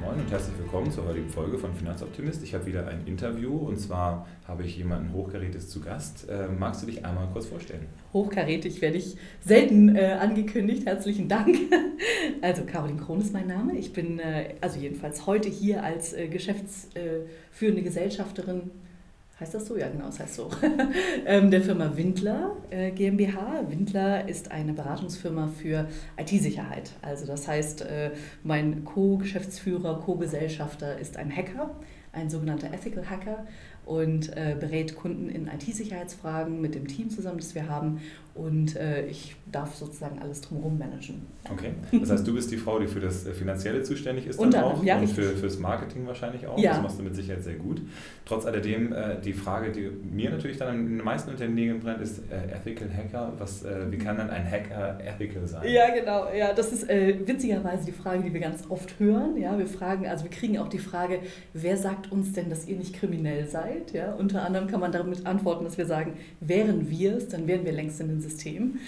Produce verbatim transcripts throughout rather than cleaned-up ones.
Moin und herzlich willkommen zur heutigen Folge von Finanzoptimist. Ich habe wieder ein Interview und zwar habe ich jemanden Hochkarätiges zu Gast. Äh, magst du dich einmal kurz vorstellen? Hochkarätig werde ich selten äh, angekündigt. Herzlichen Dank. Also Caroline Krohn ist mein Name. Ich bin äh, also jedenfalls heute hier als äh, geschäftsführende Gesellschafterin. Heißt das so? Ja, genau, es heißt so. Der Firma Windler äh, GmbH. Windler ist eine Beratungsfirma für I T-Sicherheit. Also das heißt, äh, mein Co-Geschäftsführer, Co-Gesellschafter ist ein Hacker, ein sogenannter Ethical Hacker und äh, berät Kunden in I T-Sicherheitsfragen mit dem Team zusammen, das wir haben. Und äh, ich darf sozusagen alles drumherum managen. Okay, das heißt, du bist die Frau, die für das Finanzielle zuständig ist dann Unter auch anderem, ja, und richtig. für, fürs Marketing wahrscheinlich auch. Ja. Das machst du mit Sicherheit sehr gut. Trotz alledem, äh, die Frage, die mir natürlich dann in den meisten Unternehmen brennt, ist äh, Ethical Hacker. Was, äh, wie kann dann ein Hacker ethical sein? Ja, genau. Ja, das ist äh, witzigerweise die Frage, die wir ganz oft hören. Ja, wir fragen, also wir kriegen auch die Frage, wer sagt uns denn, dass ihr nicht kriminell seid? Ja, unter anderem kann man damit antworten, dass wir sagen, wären wir es, dann wären wir längst in den Systemen.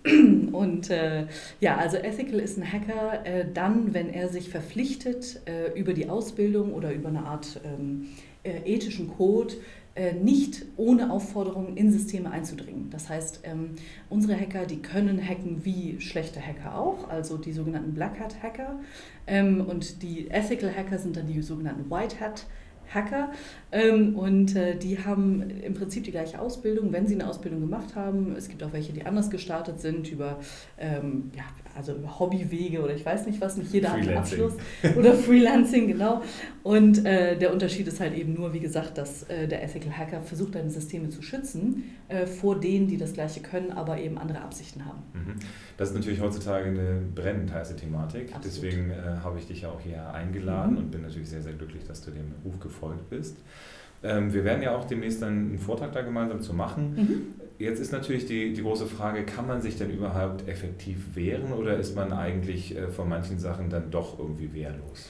Und äh, ja, also Ethical ist ein Hacker äh, dann, wenn er sich verpflichtet, äh, über die Ausbildung oder über eine Art ähm, äh, ethischen Code äh, nicht ohne Aufforderung in Systeme einzudringen. Das heißt, ähm, unsere Hacker, die können hacken wie schlechte Hacker auch, also die sogenannten Black Hat Hacker. Ähm, und die Ethical Hacker sind dann die sogenannten White Hat Hacker ähm, und äh, die haben im Prinzip die gleiche Ausbildung, wenn sie eine Ausbildung gemacht haben. Es gibt auch welche, die anders gestartet sind, über, ähm, ja, also über Hobbywege oder ich weiß nicht was, nicht jeder hat einen Abschluss. Oder Freelancing, genau. Und äh, der Unterschied ist halt eben nur, wie gesagt, dass äh, der Ethical Hacker versucht, deine Systeme zu schützen äh, vor denen, die das Gleiche können, aber eben andere Absichten haben. Das ist natürlich heutzutage eine brennend heiße Thematik. Absolut. Deswegen äh, habe ich dich ja auch hier eingeladen Mhm. und bin natürlich sehr, sehr glücklich, dass du dem Ruf gefolgt bist. Ähm, wir werden ja auch demnächst dann einen Vortrag da gemeinsam zu machen. Mhm. Jetzt ist natürlich die, die große Frage, kann man sich denn überhaupt effektiv wehren oder ist man eigentlich äh, von manchen Sachen dann doch irgendwie wehrlos?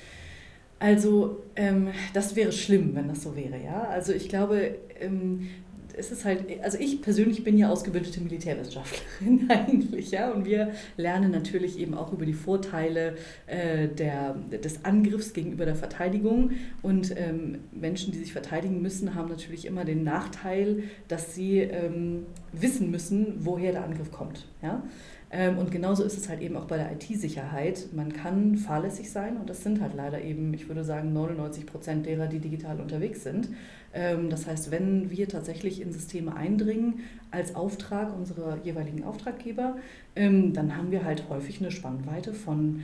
Also ähm, das wäre schlimm, wenn das so wäre, ja. Also ich glaube, ähm, es ist halt, also ich persönlich bin ja ausgebildete Militärwissenschaftlerin eigentlich, ja, und wir lernen natürlich eben auch über die Vorteile äh, der, des Angriffs gegenüber der Verteidigung und ähm, Menschen, die sich verteidigen müssen, haben natürlich immer den Nachteil, dass sie ähm, wissen müssen, woher der Angriff kommt, ja. Und genauso ist es halt eben auch bei der I T-Sicherheit. Man kann fahrlässig sein und das sind halt leider eben, ich würde sagen, neunundneunzig Prozent derer, die digital unterwegs sind. Das heißt, wenn wir tatsächlich in Systeme eindringen als Auftrag unserer jeweiligen Auftraggeber, dann haben wir halt häufig eine Spannweite von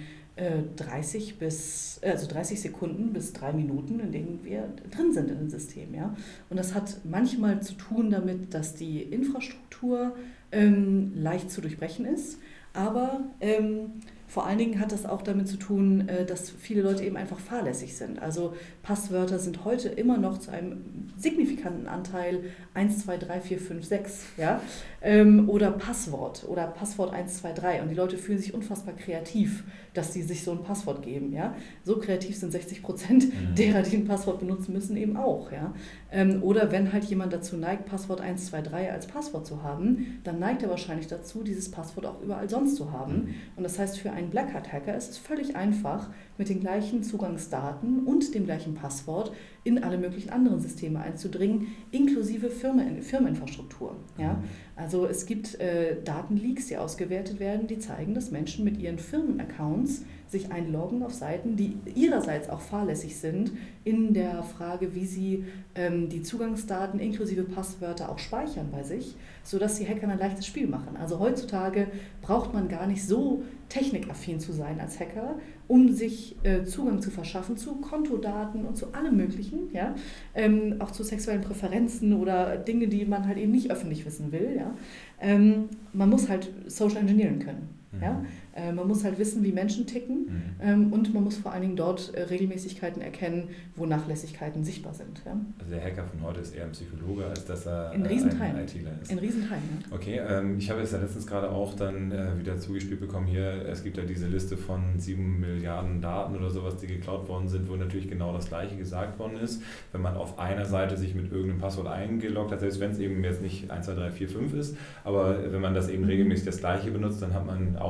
dreißig bis, also dreißig Sekunden bis drei Minuten, in denen wir drin sind in dem System. Ja? Und das hat manchmal zu tun damit, dass die Infrastruktur ähm, leicht zu durchbrechen ist, aber ähm, vor allen Dingen hat das auch damit zu tun, dass viele Leute eben einfach fahrlässig sind. Also Passwörter sind heute immer noch zu einem signifikanten Anteil eins, zwei, drei, vier, fünf, sechs. Ja? Oder Passwort oder Passwort eins, zwei, drei. Und die Leute fühlen sich unfassbar kreativ, dass sie sich so ein Passwort geben. Ja? So kreativ sind sechzig Prozent derer, die ein Passwort benutzen müssen, eben auch. Ja? Oder wenn halt jemand dazu neigt, Passwort eins, zwei, drei als Passwort zu haben, dann neigt er wahrscheinlich dazu, dieses Passwort auch überall sonst zu haben. Und das heißt, für einen Black Hat Hacker ist es völlig einfach, mit den gleichen Zugangsdaten und dem gleichen Passwort in alle möglichen anderen Systeme einzudringen, inklusive Firmen, Firmeninfrastruktur. Ja? Also es gibt äh, Datenleaks, die ausgewertet werden, die zeigen, dass Menschen mit ihren Firmenaccounts sich einloggen auf Seiten, die ihrerseits auch fahrlässig sind in der Frage, wie sie ähm, die Zugangsdaten inklusive Passwörter auch speichern bei sich, sodass die Hacker ein leichtes Spiel machen. Also heutzutage braucht man gar nicht so technikaffin zu sein als Hacker, um sich äh, Zugang zu verschaffen zu Kontodaten und zu allem Möglichen, ja? ähm, auch zu sexuellen Präferenzen oder Dinge, die man halt eben nicht öffentlich wissen will. Ja? Ähm, man muss halt Social Engineering können. Mhm. Ja? Äh, man muss halt wissen, wie Menschen ticken mhm. ähm, und man muss vor allen Dingen dort äh, Regelmäßigkeiten erkennen, wo Nachlässigkeiten sichtbar sind. Ja? Also der Hacker von heute ist eher ein Psychologe, als dass er in ein Riesenteilen. ITler ist. In Riesenteilen, ja. Okay, ähm, ich habe jetzt ja letztens gerade auch dann äh, wieder zugespielt bekommen hier, es gibt ja diese Liste von sieben Milliarden Daten oder sowas, die geklaut worden sind, wo natürlich genau das Gleiche gesagt worden ist. Wenn man auf einer Seite sich mit irgendeinem Passwort eingeloggt hat, selbst wenn es eben jetzt nicht eins, zwei, drei, vier, fünf ist, aber wenn man das eben regelmäßig das Gleiche benutzt, dann hat man auch häufig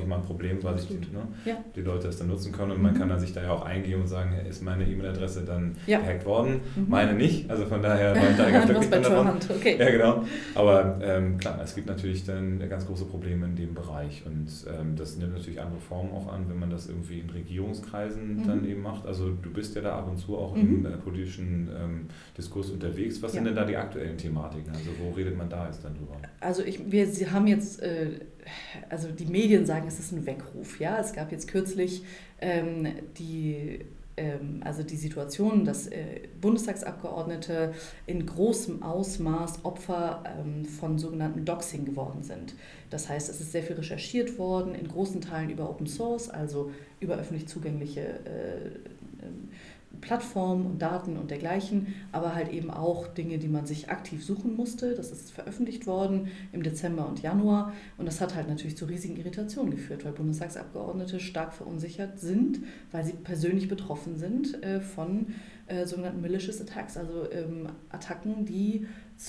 mal ein Problem, weil sich die, ne, ja. die Leute das dann nutzen können und mhm. man kann dann sich da ja auch eingehen und sagen, ist meine E-Mail-Adresse dann ja. gehackt worden? Mhm. Meine nicht, also von daher war ich da ganz glücklich davon. Okay. Ja, genau. Aber ähm, klar, es gibt natürlich dann ganz große Probleme in dem Bereich und ähm, das nimmt natürlich andere Formen auch an, wenn man das irgendwie in Regierungskreisen mhm. dann eben macht. Also du bist ja da ab und zu auch mhm. im äh, politischen ähm, Diskurs unterwegs. Was ja. sind denn da die aktuellen Thematiken? Also wo redet man da jetzt dann drüber? Also ich, wir sie haben jetzt, äh, also die Medien sagen, es ist ein Weckruf. Ja? Es gab jetzt kürzlich ähm, die, ähm, also die Situation, dass äh, Bundestagsabgeordnete in großem Ausmaß Opfer ähm, von sogenannten Doxing geworden sind. Das heißt, es ist sehr viel recherchiert worden, in großen Teilen über Open Source, also über öffentlich zugängliche äh, äh, Plattformen und Daten und dergleichen, aber halt eben auch Dinge, die man sich aktiv suchen musste. Das ist veröffentlicht worden im Dezember und Januar und das hat halt natürlich zu riesigen Irritationen geführt, weil Bundestagsabgeordnete stark verunsichert sind, weil sie persönlich betroffen sind äh, von äh, sogenannten malicious attacks, also ähm, Attacken, die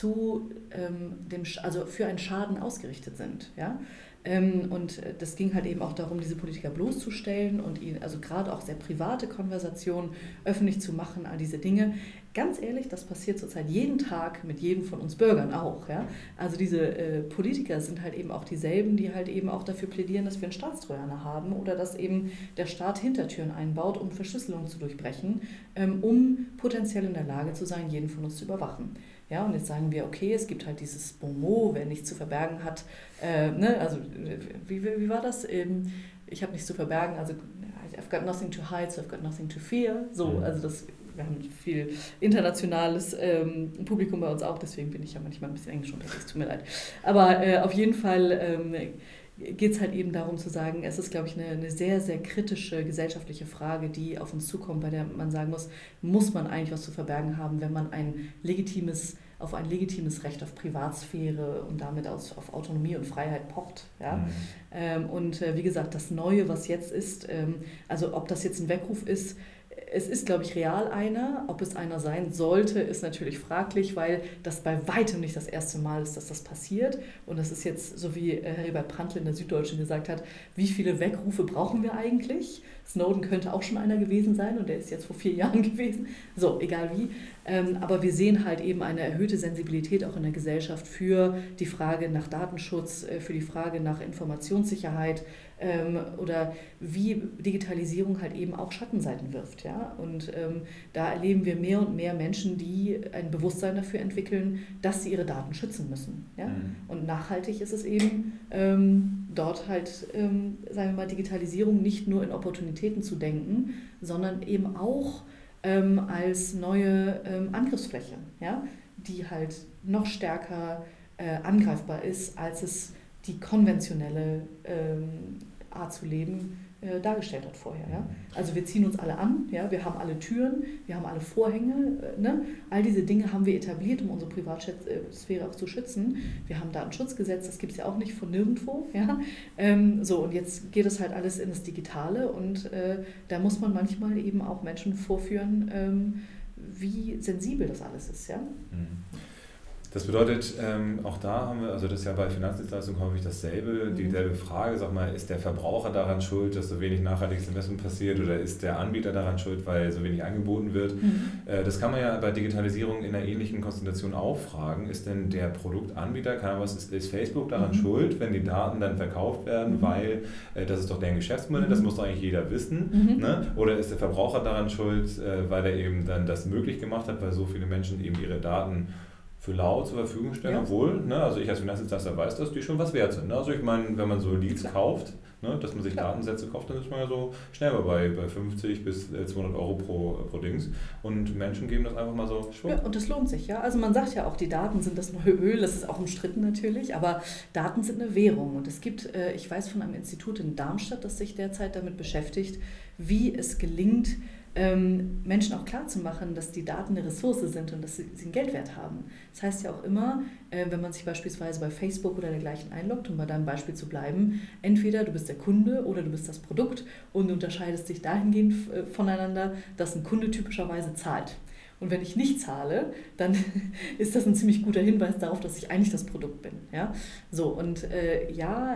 zu ähm, dem, also für einen Schaden ausgerichtet sind, ja. Ähm, und das ging halt eben auch darum, diese Politiker bloßzustellen und ihnen, also gerade auch sehr private Konversationen öffentlich zu machen, all diese Dinge. Ganz ehrlich, das passiert zurzeit jeden Tag mit jedem von uns Bürgern auch. Ja? Also diese äh, Politiker sind halt eben auch dieselben, die halt eben auch dafür plädieren, dass wir einen Staatstrojaner haben oder dass eben der Staat Hintertüren einbaut, um Verschlüsselung zu durchbrechen, ähm, um potenziell in der Lage zu sein, jeden von uns zu überwachen. Ja, und jetzt sagen wir, okay, es gibt halt dieses Bon mot, wer nichts zu verbergen hat. Äh, ne, also wie, wie, wie war das? Ähm, ich habe nichts zu verbergen, also I've got nothing to hide, so I've got nothing to fear. So, also das, wir haben viel internationales ähm, Publikum bei uns auch, deswegen bin ich ja manchmal ein bisschen Englisch unterwegs, tut mir leid. Aber äh, auf jeden Fall ähm, geht es halt eben darum zu sagen, es ist, glaube ich, eine, eine sehr, sehr kritische gesellschaftliche Frage, die auf uns zukommt, bei der man sagen muss, muss man eigentlich was zu verbergen haben, wenn man ein legitimes, auf ein legitimes Recht auf Privatsphäre und damit auf, auf Autonomie und Freiheit pocht. Ja? Mhm. Ähm, und äh, wie gesagt, das Neue, was jetzt ist, ähm, also ob das jetzt ein Weckruf ist, es ist, glaube ich, real einer. Ob es einer sein sollte, ist natürlich fraglich, weil das bei weitem nicht das erste Mal ist, dass das passiert. Und das ist jetzt, so wie Heribert Prantl in der Süddeutschen gesagt hat, wie viele Weckrufe brauchen wir eigentlich? Snowden könnte auch schon einer gewesen sein und der ist jetzt vor vier Jahren gewesen. So, egal wie. Ähm, aber wir sehen halt eben eine erhöhte Sensibilität auch in der Gesellschaft für die Frage nach Datenschutz, äh, für die Frage nach Informationssicherheit ähm, oder wie Digitalisierung halt eben auch Schattenseiten wirft. Ja? Und ähm, da erleben wir mehr und mehr Menschen, die ein Bewusstsein dafür entwickeln, dass sie ihre Daten schützen müssen. Ja? Mhm. Und nachhaltig ist es eben, ähm, dort halt, ähm, sagen wir mal, Digitalisierung nicht nur in Opportunitäten zu denken, sondern eben auch ähm, als neue ähm, Angriffsfläche, ja? Die halt noch stärker äh, angreifbar ist, als es die konventionelle ähm, Art zu leben äh, dargestellt hat vorher. Ja? Also wir ziehen uns alle an, ja? Wir haben alle Türen, wir haben alle Vorhänge, äh, ne? All diese Dinge haben wir etabliert, um unsere Privatsphäre auch zu schützen. Wir haben Datenschutzgesetz, das gibt es ja auch nicht von nirgendwo. Ja? Ähm, so, und jetzt geht es halt alles in das Digitale und äh, da muss man manchmal eben auch Menschen vorführen, ähm, wie sensibel das alles ist. Ja? Mhm. Das bedeutet, ähm, auch da haben wir, also das ist ja bei Finanzdienstleistungen häufig dasselbe, dieselbe Frage, sag mal, ist der Verbraucher daran schuld, dass so wenig nachhaltiges Investment passiert oder ist der Anbieter daran schuld, weil so wenig angeboten wird? Mhm. Äh, das kann man ja bei Digitalisierung in einer ähnlichen Konstellation auch fragen. Ist denn der Produktanbieter, kann was, ist, ist Facebook daran mhm. schuld, wenn die Daten dann verkauft werden, mhm. weil äh, das ist doch deren Geschäftsmodell, mhm. das muss doch eigentlich jeder wissen, mhm. ne? Oder ist der Verbraucher daran schuld, äh, weil er eben dann das möglich gemacht hat, weil so viele Menschen eben ihre Daten für lau zur Verfügung stellen, ja. Obwohl, ne, also ich als Finanzdienstleister weiß, dass die schon was wert sind. Ne? Also ich meine, wenn man so Leads Klar. kauft, ne, dass man sich Klar. Datensätze kauft, dann ist man ja so schnell bei, bei fünfzig bis zweihundert Euro pro, pro Dings. Und Menschen geben das einfach mal so schwupp. Ja, und das lohnt sich, ja. Also man sagt ja auch, die Daten sind das neue Öl, das ist auch umstritten natürlich, aber Daten sind eine Währung. Und es gibt, ich weiß von einem Institut in Darmstadt, das sich derzeit damit beschäftigt, wie es gelingt, Ähm, Menschen auch klarzumachen, dass die Daten eine Ressource sind und dass sie, sie einen Geldwert haben. Das heißt ja auch immer, äh, wenn man sich beispielsweise bei Facebook oder dergleichen einloggt, um bei deinem Beispiel zu bleiben, entweder du bist der Kunde oder du bist das Produkt und du unterscheidest dich dahingehend äh, voneinander, dass ein Kunde typischerweise zahlt. Und wenn ich nicht zahle, dann ist das ein ziemlich guter Hinweis darauf, dass ich eigentlich das Produkt bin. Ja? So, und äh, ja,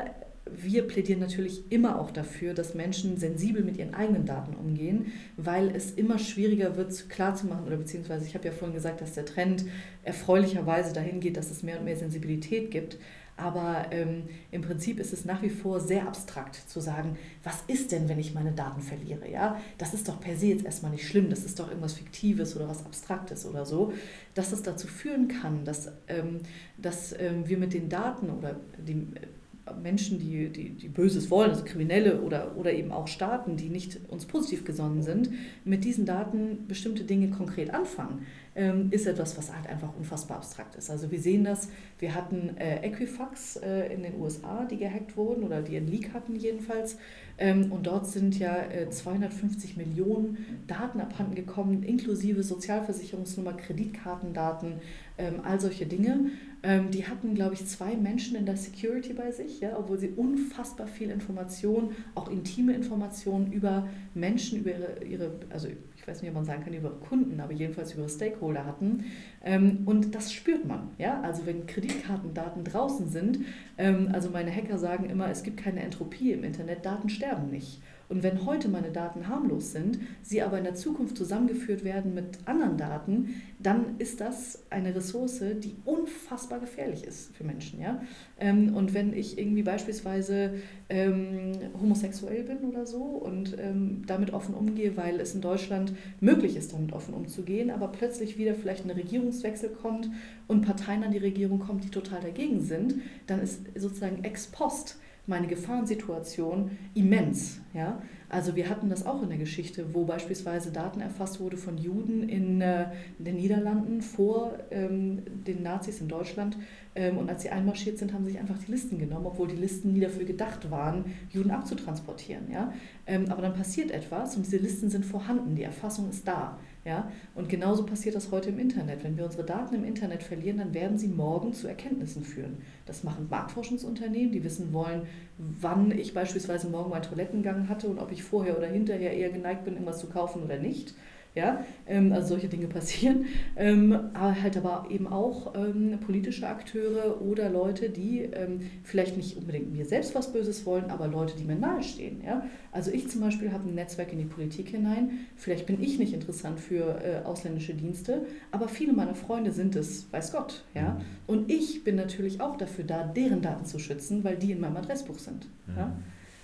wir plädieren natürlich immer auch dafür, dass Menschen sensibel mit ihren eigenen Daten umgehen, weil es immer schwieriger wird, klarzumachen, oder beziehungsweise ich habe ja vorhin gesagt, dass der Trend erfreulicherweise dahin geht, dass es mehr und mehr Sensibilität gibt. Aber ähm, im Prinzip ist es nach wie vor sehr abstrakt zu sagen, was ist denn, wenn ich meine Daten verliere? Ja? Das ist doch per se jetzt erstmal nicht schlimm, das ist doch irgendwas Fiktives oder was Abstraktes oder so. Dass es dazu führen kann, dass, ähm, dass ähm, wir mit den Daten oder die Menschen, die, die, die Böses wollen, also Kriminelle oder, oder eben auch Staaten, die nicht uns positiv gesonnen sind, mit diesen Daten bestimmte Dinge konkret anfangen, ähm, ist etwas, was halt einfach unfassbar abstrakt ist. Also wir sehen das, wir hatten äh, Equifax äh, in den U S A, die gehackt wurden oder die einen Leak hatten jedenfalls, ähm, und dort sind ja äh, zweihundertfünfzig Millionen Daten abhanden gekommen, inklusive Sozialversicherungsnummer, Kreditkartendaten, ähm, all solche Dinge. Ähm, die hatten, glaube ich, zwei Menschen in der Security bei sich, ja, obwohl sie unfassbar viel Information, auch intime Informationen über Menschen, über ihre, ihre, also ich weiß nicht, ob man sagen kann, über Kunden, aber jedenfalls über Stakeholder hatten. Ähm, und das spürt man. Ja? Also wenn Kreditkartendaten draußen sind, ähm, also meine Hacker sagen immer, es gibt keine Entropie im Internet, Daten sterben nicht. Und wenn heute meine Daten harmlos sind, sie aber in der Zukunft zusammengeführt werden mit anderen Daten, dann ist das eine Ressource, die unfassbar gefährlich ist für Menschen. Ja? Ähm, und wenn ich irgendwie beispielsweise ähm, homosexuell bin oder so und ähm, damit offen umgehe, weil es in Deutschland möglich ist, damit offen umzugehen, aber plötzlich wieder vielleicht ein Regierungswechsel kommt und Parteien an die Regierung kommen, die total dagegen sind, dann ist sozusagen ex post meine Gefahrensituation immens. Ja? Also wir hatten das auch in der Geschichte, wo beispielsweise Daten erfasst wurde von Juden in, äh, in den Niederlanden vor ähm, den Nazis in Deutschland. Ähm, und als sie einmarschiert sind, haben sie sich einfach die Listen genommen, obwohl die Listen nie dafür gedacht waren, Juden abzutransportieren. Ja? Ähm, aber dann passiert etwas und diese Listen sind vorhanden, die Erfassung ist da. Ja? Und genauso passiert das heute im Internet. Wenn wir unsere Daten im Internet verlieren, dann werden sie morgen zu Erkenntnissen führen. Das machen Marktforschungsunternehmen, die wissen wollen, wann ich beispielsweise morgen meinen Toilettengang hatte und ob ich vorher oder hinterher eher geneigt bin, irgendwas zu kaufen oder nicht. Ja, ähm, also solche Dinge passieren, ähm, aber halt aber eben auch ähm, politische Akteure oder Leute, die ähm, vielleicht nicht unbedingt mir selbst was Böses wollen, aber Leute, die mir nahestehen. Ja? Also ich zum Beispiel habe ein Netzwerk in die Politik hinein, vielleicht bin ich nicht interessant für äh, ausländische Dienste, aber viele meiner Freunde sind es, weiß Gott. Ja? Und ich bin natürlich auch dafür da, deren Daten zu schützen, weil die in meinem Adressbuch sind. Mhm. Ja?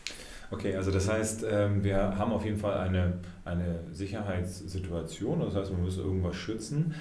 Okay, also das heißt, wir haben auf jeden Fall eine, eine Sicherheitssituation, das heißt, man muss irgendwas schützen.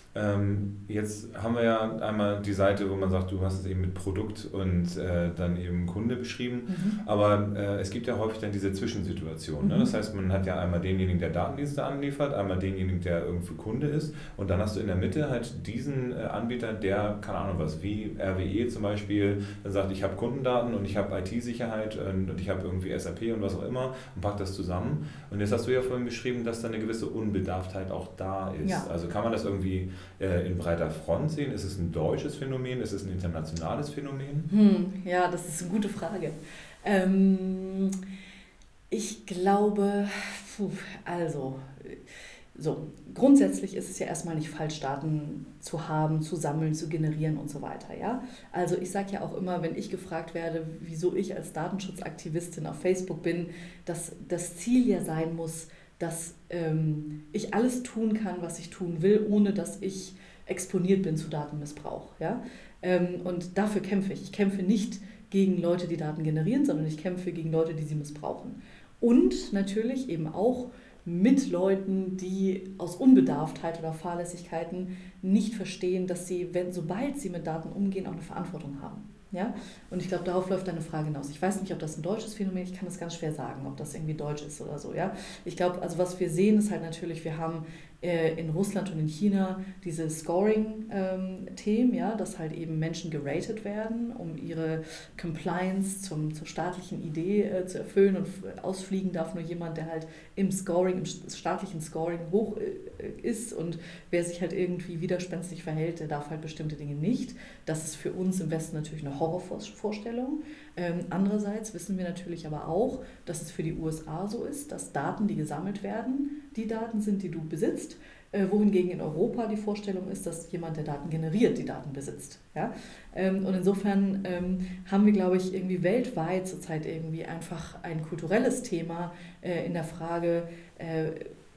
Jetzt haben wir ja einmal die Seite, wo man sagt, du hast es eben mit Produkt und äh, dann eben Kunde beschrieben, mhm. aber äh, es gibt ja häufig dann diese Zwischensituation. Mhm. Ne? Das heißt, man hat ja einmal denjenigen, der Datendienste anliefert, einmal denjenigen, der irgendwie Kunde ist und dann hast du in der Mitte halt diesen äh, Anbieter, der, keine Ahnung was, wie R W E zum Beispiel, dann sagt, ich habe Kundendaten und ich habe I T-Sicherheit und, und ich habe irgendwie S A P und was auch immer und packt das zusammen. Und jetzt hast du ja vorhin beschrieben, dass da eine gewisse Unbedarftheit auch da ist. Ja. Also kann man das irgendwie in breiter Front sehen? Ist es ein deutsches Phänomen? Ist es ein internationales Phänomen? Hm, ja, das ist eine gute Frage. Ähm, ich glaube, puh, also, so, grundsätzlich ist es ja erstmal nicht falsch, Daten zu haben, zu sammeln, zu generieren und so weiter. Ja? Also ich sage ja auch immer, wenn ich gefragt werde, wieso ich als Datenschutzaktivistin auf Facebook bin, dass das Ziel ja sein muss, dass ähm, ich alles tun kann, was ich tun will, ohne dass ich exponiert bin zu Datenmissbrauch. Ja? Ähm, und dafür kämpfe ich. Ich kämpfe nicht gegen Leute, die Daten generieren, sondern ich kämpfe gegen Leute, die sie missbrauchen. Und natürlich eben auch mit Leuten, die aus Unbedarftheit oder Fahrlässigkeiten nicht verstehen, dass sie, wenn, sobald sie mit Daten umgehen, auch eine Verantwortung haben. Ja? Und ich glaube, darauf läuft deine Frage hinaus. Ich weiß nicht, ob das ein deutsches Phänomen ist, ich kann das ganz schwer sagen, ob das irgendwie deutsch ist oder so. Ja? Ich glaube, also was wir sehen, ist halt natürlich, wir haben äh, in Russland und in China diese Scoring-Themen, ähm, ja, dass halt eben Menschen geratet werden, um ihre Compliance zum, zur staatlichen Idee äh, zu erfüllen, und ausfliegen darf nur jemand, der halt im Scoring, im staatlichen Scoring hoch äh, ist, und wer sich halt irgendwie widerspenstig verhält, der darf halt bestimmte Dinge nicht. Das ist für uns im Westen natürlich noch eine Horrorvorstellung. Ähm, andererseits wissen wir natürlich aber auch, dass es für die U S A so ist, dass Daten, die gesammelt werden, die Daten sind, die du besitzt, äh, wohingegen in Europa die Vorstellung ist, dass jemand, der Daten generiert, die Daten besitzt. Ja? Ähm, und insofern ähm, haben wir, glaube ich, irgendwie weltweit zurzeit irgendwie einfach ein kulturelles Thema äh, in der Frage, äh,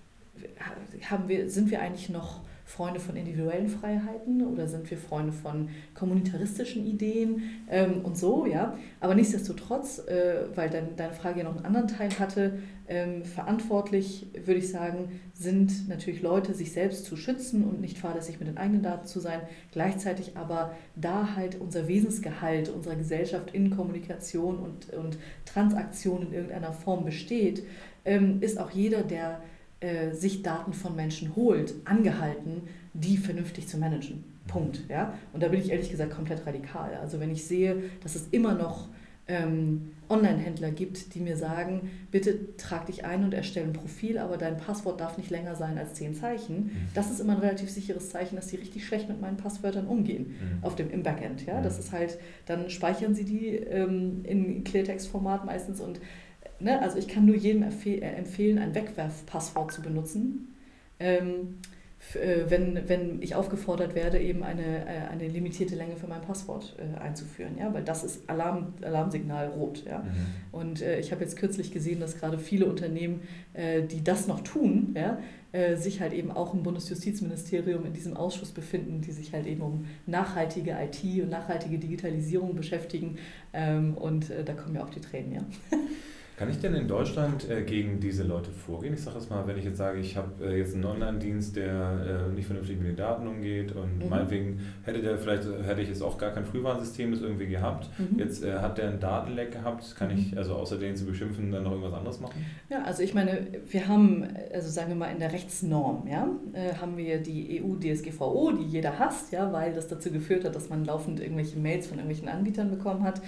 haben wir, sind wir eigentlich noch Freunde von individuellen Freiheiten oder sind wir Freunde von kommunitaristischen Ideen ähm, und so, ja. Aber nichtsdestotrotz, äh, weil dein, deine Frage ja noch einen anderen Teil hatte, ähm, verantwortlich, würde ich sagen, sind natürlich Leute, sich selbst zu schützen und nicht fahrlässig mit den eigenen Daten zu sein, gleichzeitig aber da halt unser Wesensgehalt unserer Gesellschaft in Kommunikation und, und Transaktion in irgendeiner Form besteht, ähm, ist auch jeder, der äh, sich Daten von Menschen holt, angehalten, die vernünftig zu managen. Punkt. Ja? Und da bin ich ehrlich gesagt komplett radikal. Also wenn ich sehe, dass es immer noch ähm, Online-Händler gibt, die mir sagen, bitte trag dich ein und erstelle ein Profil, aber dein Passwort darf nicht länger sein als zehn Zeichen. Das ist immer ein relativ sicheres Zeichen, dass die richtig schlecht mit meinen Passwörtern umgehen, mhm. auf dem, im Backend. Ja? Das ist halt, dann speichern sie die ähm, in Cleartext-Format meistens und ne, also ich kann nur jedem empfeh- äh, empfehlen, ein Wegwerfpasswort zu benutzen. Ähm, Wenn, wenn ich aufgefordert werde, eben eine, eine limitierte Länge für mein Passwort äh, einzuführen, ja? Weil das ist Alarm, Alarmsignal rot. Ja? Mhm. Und äh, ich habe jetzt kürzlich gesehen, dass gerade viele Unternehmen, äh, die das noch tun, ja, äh, sich halt eben auch im Bundesjustizministerium in diesem Ausschuss befinden, die sich halt eben um nachhaltige I T und nachhaltige Digitalisierung beschäftigen. Ähm, und äh, da kommen ja auch die Tränen, ja. Kann ich denn in Deutschland äh, gegen diese Leute vorgehen? Ich sage es mal, wenn ich jetzt sage, ich habe äh, jetzt einen Online-Dienst, der äh, nicht vernünftig mit den Daten umgeht und mhm. meinetwegen hätte der vielleicht, hätte ich jetzt auch gar kein Frühwarnsystem das irgendwie gehabt. Mhm. Jetzt äh, hat der einen Datenleck gehabt, kann ich also außer den zu beschimpfen dann noch irgendwas anderes machen? Ja, also ich meine, wir haben, also sagen wir mal in der Rechtsnorm, ja, äh, haben wir die E U-D S G V O, die jeder hasst, ja, weil das dazu geführt hat, dass man laufend irgendwelche Mails von irgendwelchen Anbietern bekommen hat.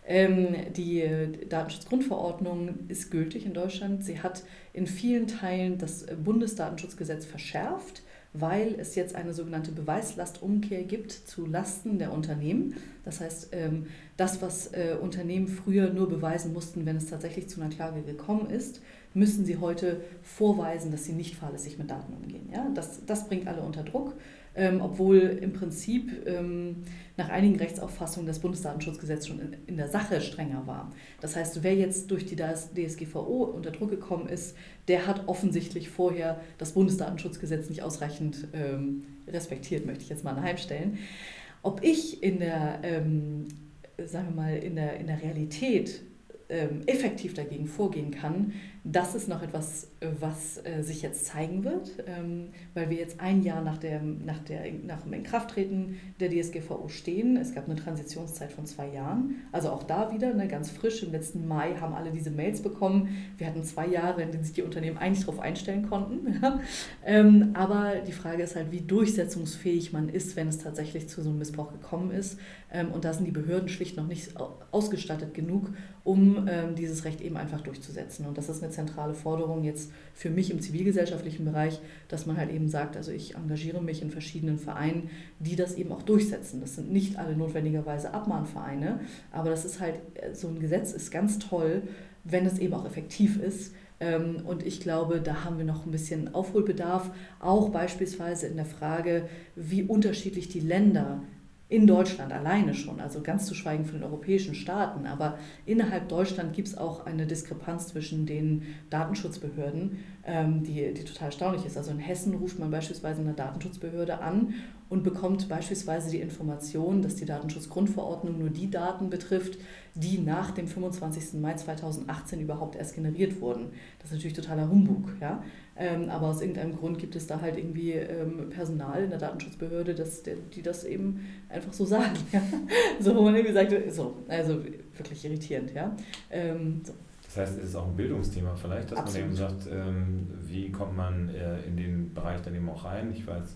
Die Datenschutzgrundverordnung ist gültig in Deutschland. Sie hat in vielen Teilen das Bundesdatenschutzgesetz verschärft, weil es jetzt eine sogenannte Beweislastumkehr gibt zu Lasten der Unternehmen. Das heißt, das, was Unternehmen früher nur beweisen mussten, wenn es tatsächlich zu einer Klage gekommen ist, müssen sie heute vorweisen, dass sie nicht fahrlässig mit Daten umgehen. Ja, das, das bringt alle unter Druck. Ähm, obwohl im Prinzip ähm, nach einigen Rechtsauffassungen das Bundesdatenschutzgesetz schon in, in der Sache strenger war. Das heißt, wer jetzt durch die D S G V O unter Druck gekommen ist, der hat offensichtlich vorher das Bundesdatenschutzgesetz nicht ausreichend ähm, respektiert, möchte ich jetzt mal anheimstellen. Ob ich in der, ähm, sagen wir mal, in der, in der Realität ähm, effektiv dagegen vorgehen kann, das ist noch etwas, was äh, sich jetzt zeigen wird, ähm, weil wir jetzt ein Jahr nach, der, nach, der, nach dem Inkrafttreten der D S G V O stehen. Es gab eine Transitionszeit von zwei Jahren, also auch da wieder ne, ganz frisch. Im letzten Mai haben alle diese Mails bekommen. Wir hatten zwei Jahre, in denen sich die Unternehmen eigentlich darauf einstellen konnten. Ja. Ähm, aber die Frage ist halt, wie durchsetzungsfähig man ist, wenn es tatsächlich zu so einem Missbrauch gekommen ist. Ähm, und da sind die Behörden schlicht noch nicht ausgestattet genug, um ähm, dieses Recht eben einfach durchzusetzen. Und das ist eine zentrale Forderung jetzt für mich im zivilgesellschaftlichen Bereich, dass man halt eben sagt, also ich engagiere mich in verschiedenen Vereinen, die das eben auch durchsetzen. Das sind nicht alle notwendigerweise Abmahnvereine, aber das ist halt, so ein Gesetz ist ganz toll, wenn es eben auch effektiv ist. Und ich glaube, da haben wir noch ein bisschen Aufholbedarf, auch beispielsweise in der Frage, wie unterschiedlich die Länder in Deutschland alleine schon, also ganz zu schweigen von den europäischen Staaten, aber innerhalb Deutschland gibt es auch eine Diskrepanz zwischen den Datenschutzbehörden, ähm, die, die total erstaunlich ist. Also in Hessen ruft man beispielsweise eine Datenschutzbehörde an und bekommt beispielsweise die Information, dass die Datenschutzgrundverordnung nur die Daten betrifft, die nach dem fünfundzwanzigsten Mai zweitausendachtzehn überhaupt erst generiert wurden. Das ist natürlich totaler Humbug, ja. Ähm, aber aus irgendeinem Grund gibt es da halt irgendwie ähm, Personal in der Datenschutzbehörde, das, der, die das eben einfach so sagen. Ja? So, wo man irgendwie sagt, so, also wirklich irritierend. Ja? Ähm, so. Das heißt, es ist auch ein Bildungsthema vielleicht, dass Absolut. Man eben sagt, ähm, wie kommt man äh, in den Bereich dann eben auch rein. Ich weiß,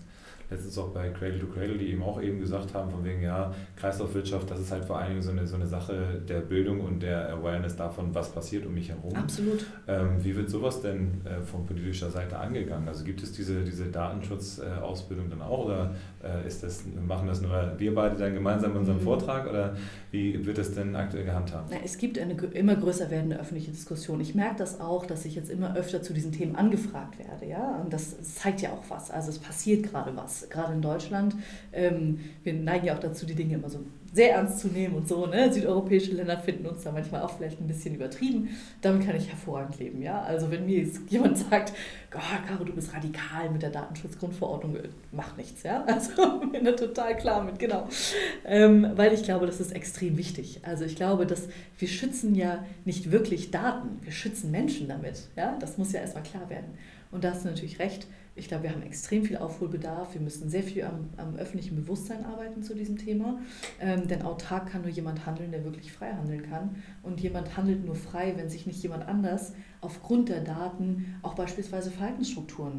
letztens auch bei Cradle to Cradle, die eben auch eben gesagt haben, von wegen, ja, Kreislaufwirtschaft, das ist halt vor allen Dingen so eine, so eine Sache der Bildung und der Awareness davon, was passiert um mich herum. Absolut. Ähm, wie wird sowas denn äh, von politischer Seite angegangen? Also gibt es diese, diese Datenschutzausbildung dann auch oder äh, ist das, machen das nur wir beide dann gemeinsam in unserem mhm. Vortrag oder wie wird das denn aktuell gehandhabt? Na, es gibt eine immer größer werdende öffentliche Diskussion. Ich merke das auch, dass ich jetzt immer öfter zu diesen Themen angefragt werde. Ja? Und das zeigt ja auch was. Also es passiert gerade was, gerade in Deutschland. Ähm, wir neigen ja auch dazu, die Dinge immer so sehr ernst zu nehmen und so. Ne? Südeuropäische Länder finden uns da manchmal auch vielleicht ein bisschen übertrieben. Damit kann ich hervorragend leben. Ja? Also wenn mir jetzt jemand sagt, oh, Caro, du bist radikal mit der Datenschutzgrundverordnung, macht nichts. Ja? Also bin da total klar mit, genau. Ähm, weil ich glaube, das ist extrem wichtig. Also ich glaube, dass wir schützen ja nicht wirklich Daten, wir schützen Menschen damit. Ja? Das muss ja erstmal klar werden. Und da hast du natürlich recht. Ich glaube, wir haben extrem viel Aufholbedarf. Wir müssen sehr viel am, am öffentlichen Bewusstsein arbeiten zu diesem Thema. Ähm, denn autark kann nur jemand handeln, der wirklich frei handeln kann. Und jemand handelt nur frei, wenn sich nicht jemand anders aufgrund der Daten auch beispielsweise Verhaltensstrukturen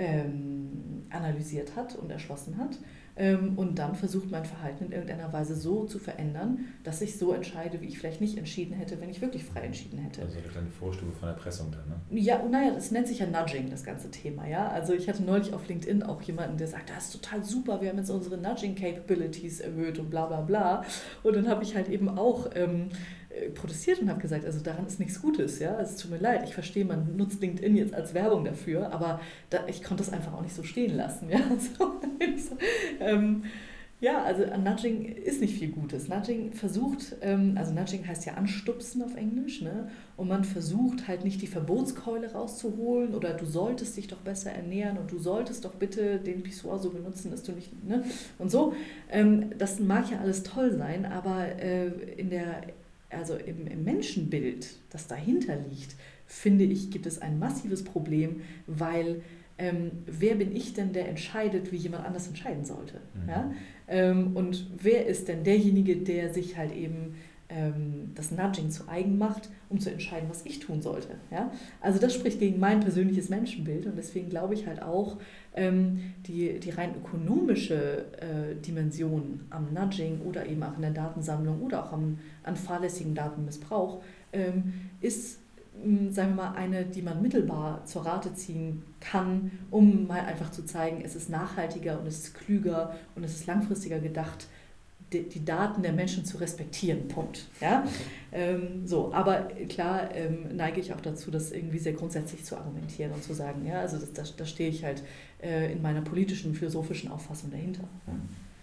ähm, analysiert hat und erschlossen hat. Ähm, und dann versucht, mein Verhalten in irgendeiner Weise so zu verändern, dass ich so entscheide, wie ich vielleicht nicht entschieden hätte, wenn ich wirklich frei entschieden hätte. Also eine kleine Vorstufe von Erpressung dann, ne? Ja, und naja, das nennt sich ja Nudging, das ganze Thema. Ja? Also ich hatte neulich auf LinkedIn auch jemanden, der sagt, das ist total super, wir haben jetzt unsere Nudging-Capabilities erhöht und bla bla bla. Und dann habe ich halt eben auch ähm, protestiert und habe gesagt, also daran ist nichts Gutes. Ja? Es tut mir leid, ich verstehe, man nutzt LinkedIn jetzt als Werbung dafür, aber da, ich konnte das einfach auch nicht so stehen lassen. Ja, so, so, ähm, ja, also an Nudging ist nicht viel Gutes. Nudging versucht, ähm, also Nudging heißt ja anstupsen auf Englisch, ne? Und man versucht halt nicht die Verbotskeule rauszuholen oder du solltest dich doch besser ernähren und du solltest doch bitte den Pissoir so benutzen, dass du nicht, ne? Und so. Ähm, das mag ja alles toll sein, aber äh, in der Also im, im Menschenbild, das dahinter liegt, finde ich, gibt es ein massives Problem, weil ähm, wer bin ich denn, der entscheidet, wie jemand anders entscheiden sollte? Mhm. Ja? Ähm, und wer ist denn derjenige, der sich halt eben ähm, das Nudging zu eigen macht, um zu entscheiden, was ich tun sollte? Ja? Also das spricht gegen mein persönliches Menschenbild und deswegen glaube ich halt auch, ähm, die, die rein ökonomische äh, Dimension am Nudging oder eben auch in der Datensammlung oder auch am, an fahrlässigen Datenmissbrauch ähm, ist, mh, sagen wir mal, eine, die man mittelbar zur Rate ziehen kann, um mal einfach zu zeigen, es ist nachhaltiger und es ist klüger und es ist langfristiger gedacht, die, die Daten der Menschen zu respektieren, Punkt. Ja? Ähm, so, aber klar ähm, neige ich auch dazu, das irgendwie sehr grundsätzlich zu argumentieren und zu sagen, ja, also das, das, da stehe ich halt äh, in meiner politischen, philosophischen Auffassung dahinter. Ja.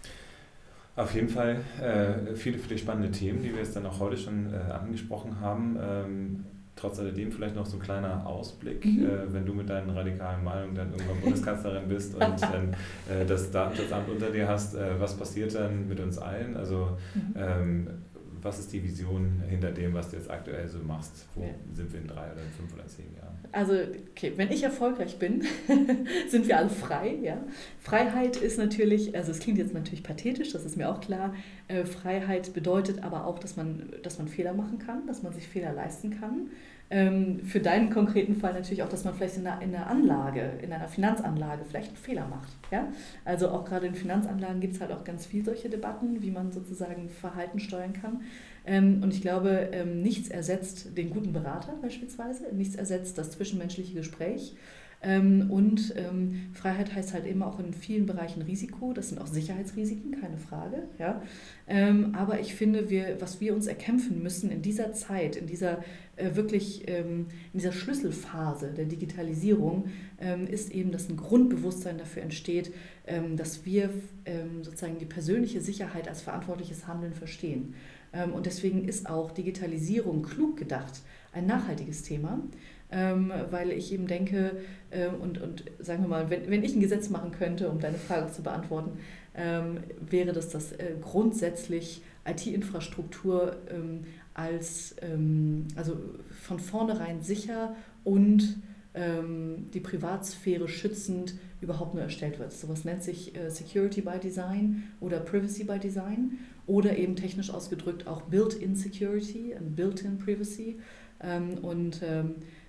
Auf jeden Fall äh, viele, viele spannende Themen, die wir jetzt dann auch heute schon äh, angesprochen haben. Ähm, trotz alledem vielleicht noch so ein kleiner Ausblick, mhm. äh, wenn du mit deinen radikalen Meinungen dann irgendwann Bundeskanzlerin bist und dann äh, das Datenschutzamt unter dir hast, äh, was passiert dann mit uns allen? Also mhm. ähm, was ist die Vision hinter dem, was du jetzt aktuell so machst? Wo ja. sind wir in drei oder in fünf oder zehn Jahren? Also, okay, wenn ich erfolgreich bin, sind wir alle frei. Ja? Freiheit ist natürlich, also es klingt jetzt natürlich pathetisch, das ist mir auch klar. Äh, Freiheit bedeutet aber auch, dass man, dass man Fehler machen kann, dass man sich Fehler leisten kann. Ähm, für deinen konkreten Fall natürlich auch, dass man vielleicht in einer, in einer Anlage, in einer Finanzanlage vielleicht einen Fehler macht. Ja? Also auch gerade in Finanzanlagen gibt es halt auch ganz viel solche Debatten, wie man sozusagen Verhalten steuern kann. Ähm, und ich glaube, ähm, nichts ersetzt den guten Berater beispielsweise, nichts ersetzt das zwischenmenschliche Gespräch. Ähm, und ähm, Freiheit heißt halt eben auch in vielen Bereichen Risiko, das sind auch Sicherheitsrisiken, keine Frage. Ja? Ähm, aber ich finde, wir, was wir uns erkämpfen müssen in dieser Zeit, in dieser äh, wirklich ähm, in dieser Schlüsselphase der Digitalisierung, ähm, ist eben, dass ein Grundbewusstsein dafür entsteht, ähm, dass wir ähm, sozusagen die persönliche Sicherheit als verantwortliches Handeln verstehen. Ähm, und deswegen ist auch Digitalisierung klug gedacht ein nachhaltiges Thema. Ähm, weil ich eben denke, ähm, und, und sagen wir mal, wenn, wenn ich ein Gesetz machen könnte, um deine Frage zu beantworten, ähm, wäre das, dass äh, grundsätzlich I T-Infrastruktur ähm, als ähm, also von vornherein sicher und ähm, die Privatsphäre schützend überhaupt nur erstellt wird. Sowas nennt sich äh, Security by Design oder Privacy by Design oder eben technisch ausgedrückt auch Built-in Security und Built-in Privacy. Ähm, und ähm,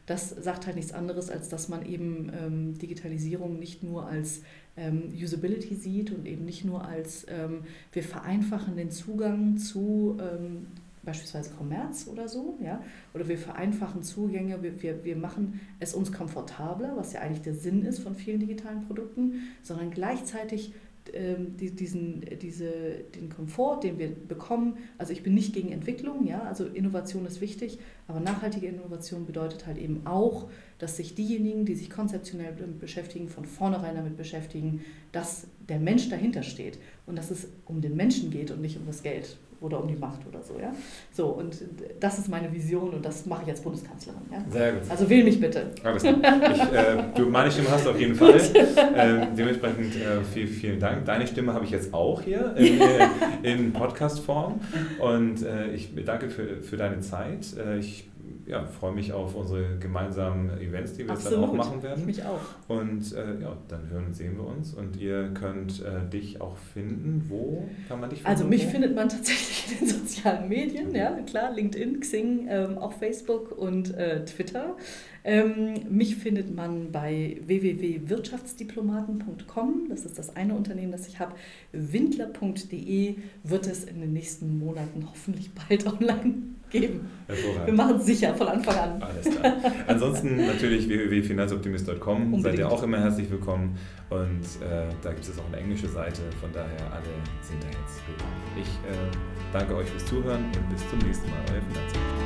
das sagt halt nichts anderes, als dass man eben ähm, Digitalisierung nicht nur als ähm, Usability sieht und eben nicht nur als ähm, wir vereinfachen den Zugang zu ähm, beispielsweise Kommerz oder so, ja, oder wir vereinfachen Zugänge, wir, wir, wir machen es uns komfortabler, was ja eigentlich der Sinn ist von vielen digitalen Produkten, sondern gleichzeitig ähm, die, diesen, diese, den Komfort, den wir bekommen, also ich bin nicht gegen Entwicklung, ja, also Innovation ist wichtig, aber nachhaltige Innovation bedeutet halt eben auch, dass sich diejenigen, die sich konzeptionell damit beschäftigen, von vornherein damit beschäftigen, dass der Mensch dahinter steht und dass es um den Menschen geht und nicht um das Geld oder um die Macht oder so, ja. So, und das ist meine Vision und das mache ich als Bundeskanzlerin, ja. Sehr gut. Also wähl mich bitte. Alles klar. Ich, äh, du, meine Stimme hast du auf jeden Fall. Ähm, dementsprechend äh, viel, vielen Dank. Deine Stimme habe ich jetzt auch hier in, in Podcast-Form und äh, ich danke für, für deine Zeit. Äh, ich ja, freue mich auf unsere gemeinsamen Events, die wir Absolut. jetzt dann auch machen werden. Ich mich auch. Und äh, ja, dann hören und sehen wir uns. Und ihr könnt äh, dich auch finden. Wo kann man dich finden? Also mich findet man tatsächlich in den sozialen Medien, ja, klar, LinkedIn, Xing, ähm, auch Facebook und äh, Twitter. Ähm, mich findet man bei w w w punkt wirtschaftsdiplomaten punkt com, das ist das eine Unternehmen, das ich habe. windler punkt de wird es in den nächsten Monaten hoffentlich bald online geben. Wir machen es sicher von Anfang an. Alles klar. Ansonsten natürlich w w w punkt finanzoptimist punkt com, seid ihr auch immer herzlich willkommen und äh, da gibt es auch eine englische Seite, von daher alle sind da jetzt willkommen. Ich äh, danke euch fürs Zuhören und bis zum nächsten Mal, euer Finanzoptimist.